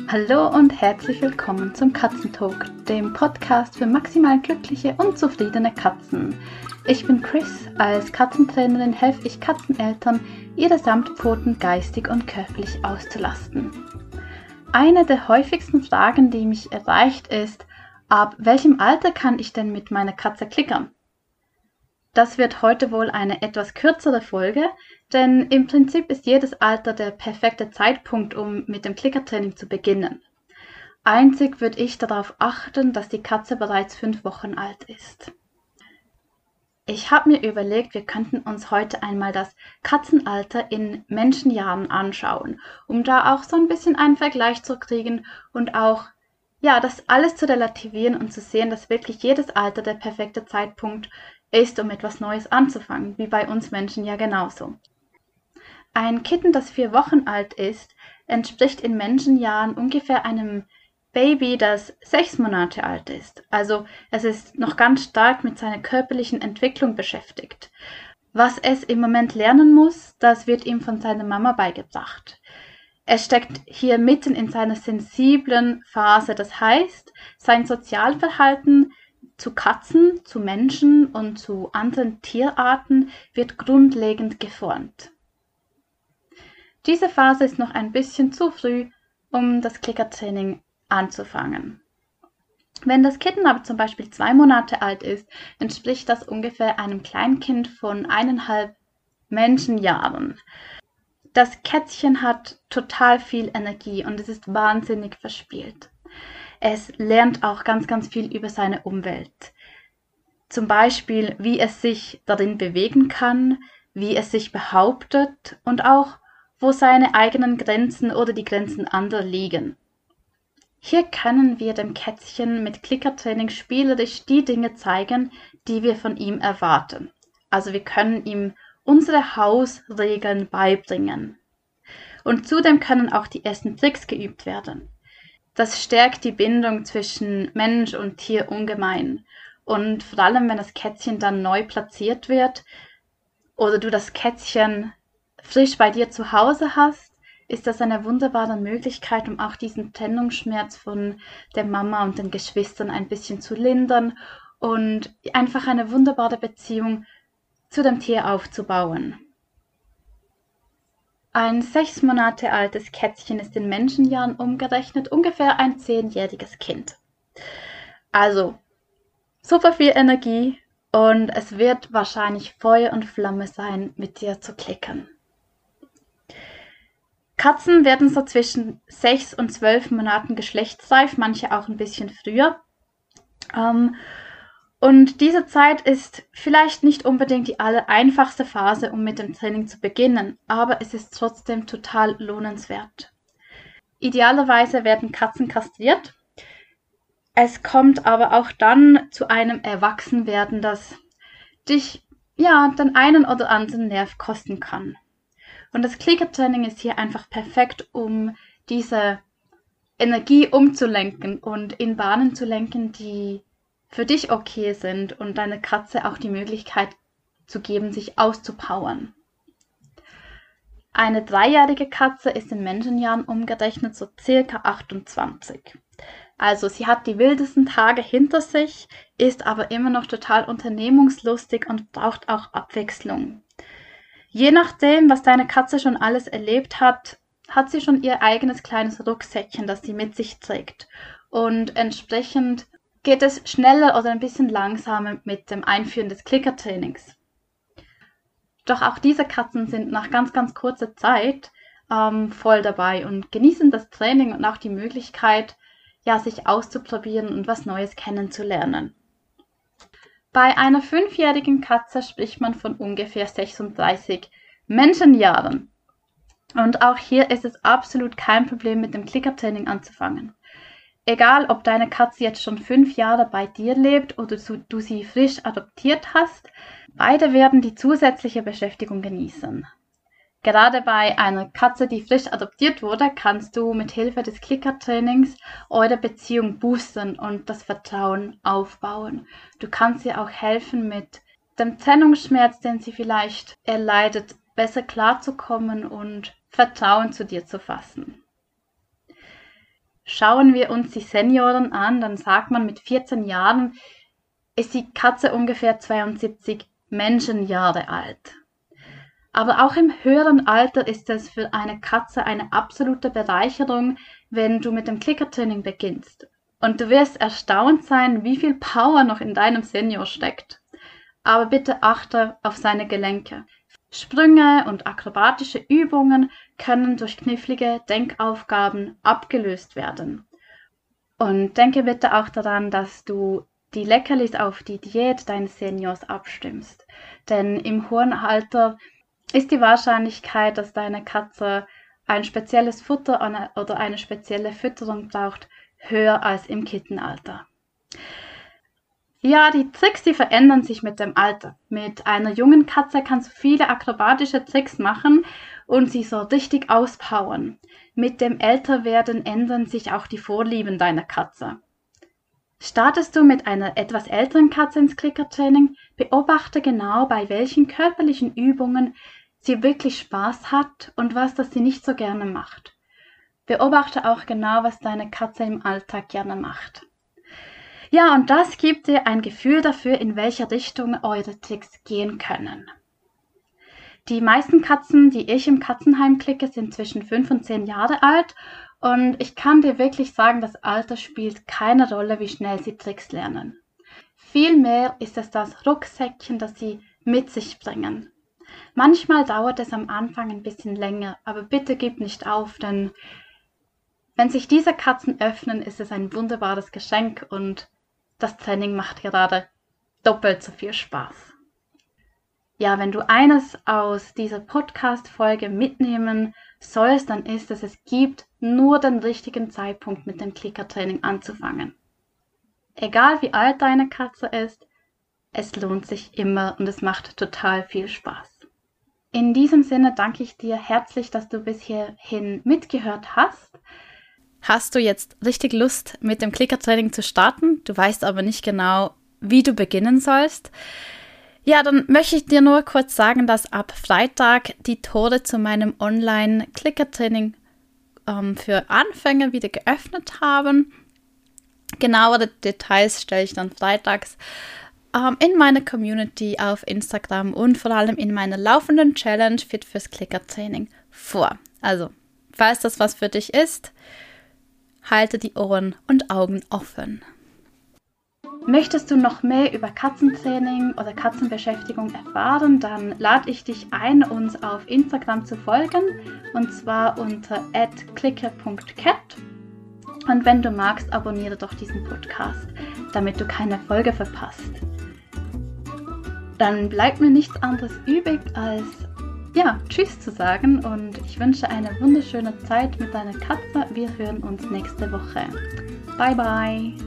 Hallo und herzlich willkommen zum Katzentalk, dem Podcast für maximal glückliche und zufriedene Katzen. Ich bin Chris, als Katzentrainerin helfe ich Katzeneltern, ihre Samtpfoten geistig und körperlich auszulasten. Eine der häufigsten Fragen, die mich erreicht, ist, ab welchem Alter kann ich denn mit meiner Katze klickern? Das wird heute wohl eine etwas kürzere Folge, denn im Prinzip ist jedes Alter der perfekte Zeitpunkt, um mit dem Klickertraining zu beginnen. Einzig würde ich darauf achten, dass die Katze bereits 5 Wochen alt ist. Ich habe mir überlegt, wir könnten uns heute einmal das Katzenalter in Menschenjahren anschauen, um da auch so ein bisschen einen Vergleich zu kriegen und auch das alles zu relativieren und zu sehen, dass wirklich jedes Alter der perfekte Zeitpunkt ist, um etwas Neues anzufangen, wie bei uns Menschen ja genauso. Ein Kitten, das 4 Wochen alt ist, entspricht in Menschenjahren ungefähr einem Baby, das 6 Monate alt ist. Also es ist noch ganz stark mit seiner körperlichen Entwicklung beschäftigt. Was es im Moment lernen muss, das wird ihm von seiner Mama beigebracht. Es steckt hier mitten in seiner sensiblen Phase, das heißt, sein Sozialverhalten zu Katzen, zu Menschen und zu anderen Tierarten wird grundlegend geformt. Diese Phase ist noch ein bisschen zu früh, um das Klickertraining anzufangen. Wenn das Kitten aber zum Beispiel 2 Monate alt ist, entspricht das ungefähr einem Kleinkind von 1,5 Menschenjahren. Das Kätzchen hat total viel Energie und es ist wahnsinnig verspielt. Es lernt auch ganz, ganz viel über seine Umwelt. Zum Beispiel, wie es sich darin bewegen kann, wie es sich behauptet und auch, wo seine eigenen Grenzen oder die Grenzen anderer liegen. Hier können wir dem Kätzchen mit Klickertraining spielerisch die Dinge zeigen, die wir von ihm erwarten. Also wir können ihm unsere Hausregeln beibringen. Und zudem können auch die ersten Tricks geübt werden. Das stärkt die Bindung zwischen Mensch und Tier ungemein. Und vor allem, wenn das Kätzchen dann neu platziert wird oder du das Kätzchen frisch bei dir zu Hause hast, ist das eine wunderbare Möglichkeit, um auch diesen Trennungsschmerz von der Mama und den Geschwistern ein bisschen zu lindern und einfach eine wunderbare Beziehung zu dem Tier aufzubauen. Ein 6 Monate altes Kätzchen ist in Menschenjahren umgerechnet ungefähr ein 10-jähriges Kind. Also super viel Energie und es wird wahrscheinlich Feuer und Flamme sein, mit dir zu klickern. Katzen werden so zwischen 6 und 12 Monaten geschlechtsreif, manche auch ein bisschen früher. Und diese Zeit ist vielleicht nicht unbedingt die allereinfachste Phase, um mit dem Training zu beginnen, aber es ist trotzdem total lohnenswert. Idealerweise werden Katzen kastriert. Es kommt aber auch dann zu einem Erwachsenwerden, das dich den einen oder anderen Nerv kosten kann. Und das Klickertraining ist hier einfach perfekt, um diese Energie umzulenken und in Bahnen zu lenken, die für dich okay sind und deiner Katze auch die Möglichkeit zu geben, sich auszupowern. Eine 3-jährige Katze ist in Menschenjahren umgerechnet so circa 28. Also sie hat die wildesten Tage hinter sich, ist aber immer noch total unternehmungslustig und braucht auch Abwechslung. Je nachdem, was deine Katze schon alles erlebt hat, hat sie schon ihr eigenes kleines Rucksäckchen, das sie mit sich trägt. Und entsprechend geht es schneller oder ein bisschen langsamer mit dem Einführen des Klickertrainings. Doch auch diese Katzen sind nach ganz, ganz kurzer Zeit voll dabei und genießen das Training und auch die Möglichkeit, sich auszuprobieren und was Neues kennenzulernen. Bei einer 5-jährigen Katze spricht man von ungefähr 36 Menschenjahren. Und auch hier ist es absolut kein Problem, mit dem Klickertraining anzufangen. Egal, ob deine Katze jetzt schon 5 Jahre bei dir lebt oder du sie frisch adoptiert hast, beide werden die zusätzliche Beschäftigung genießen. Gerade bei einer Katze, die frisch adoptiert wurde, kannst du mit Hilfe des Klickertrainings eure Beziehung boostern und das Vertrauen aufbauen. Du kannst ihr auch helfen, mit dem Trennungsschmerz, den sie vielleicht erleidet, besser klarzukommen und Vertrauen zu dir zu fassen. Schauen wir uns die Senioren an, dann sagt man, mit 14 Jahren ist die Katze ungefähr 72 Menschenjahre alt. Aber auch im höheren Alter ist es für eine Katze eine absolute Bereicherung, wenn du mit dem Klickertraining beginnst. Und du wirst erstaunt sein, wie viel Power noch in deinem Senior steckt. Aber bitte achte auf seine Gelenke. Sprünge und akrobatische Übungen können durch knifflige Denkaufgaben abgelöst werden. Und denke bitte auch daran, dass du die Leckerlis auf die Diät deines Seniors abstimmst. Denn im hohen Alter ist die Wahrscheinlichkeit, dass deine Katze ein spezielles Futter oder eine spezielle Fütterung braucht, höher als im Kittenalter. Ja, die Tricks, die verändern sich mit dem Alter. Mit einer jungen Katze kannst du viele akrobatische Tricks machen und sie so richtig auspowern. Mit dem Älterwerden ändern sich auch die Vorlieben deiner Katze. Startest du mit einer etwas älteren Katze ins Klickertraining, beobachte genau, bei welchen körperlichen Übungen sie wirklich Spaß hat und was das sie nicht so gerne macht. Beobachte auch genau, was deine Katze im Alltag gerne macht. Ja, und das gibt dir ein Gefühl dafür, in welche Richtung eure Tricks gehen können. Die meisten Katzen, die ich im Katzenheim klicke, sind zwischen 5 und 10 Jahre alt und ich kann dir wirklich sagen, das Alter spielt keine Rolle, wie schnell sie Tricks lernen. Vielmehr ist es das Rucksäckchen, das sie mit sich bringen. Manchmal dauert es am Anfang ein bisschen länger, aber bitte gib nicht auf, denn wenn sich diese Katzen öffnen, ist es ein wunderbares Geschenk und das Training macht gerade doppelt so viel Spaß. Ja, wenn du eines aus dieser Podcast-Folge mitnehmen sollst, dann ist es gibt nur den richtigen Zeitpunkt mit dem Klickertraining anzufangen. Egal wie alt deine Katze ist, es lohnt sich immer und es macht total viel Spaß. In diesem Sinne danke ich dir herzlich, dass du bis hierhin mitgehört hast. Hast du jetzt richtig Lust, mit dem Klickertraining zu starten? Du weißt aber nicht genau, wie du beginnen sollst. Ja, dann möchte ich dir nur kurz sagen, dass ab Freitag die Tore zu meinem Online-Klickertraining für Anfänger wieder geöffnet haben. Genauere Details stelle ich dann freitags in meiner Community auf Instagram und vor allem in meiner laufenden Challenge Fit fürs Klickertraining vor. Also, falls das was für dich ist, halte die Ohren und Augen offen. Möchtest du noch mehr über Katzentraining oder Katzenbeschäftigung erfahren, dann lade ich dich ein, uns auf Instagram zu folgen, und zwar unter @clicker.cat. Und wenn du magst, abonniere doch diesen Podcast, damit du keine Folge verpasst. Dann bleibt mir nichts anderes übrig, als Tschüss zu sagen, und ich wünsche eine wunderschöne Zeit mit deiner Katze. Wir hören uns nächste Woche. Bye bye!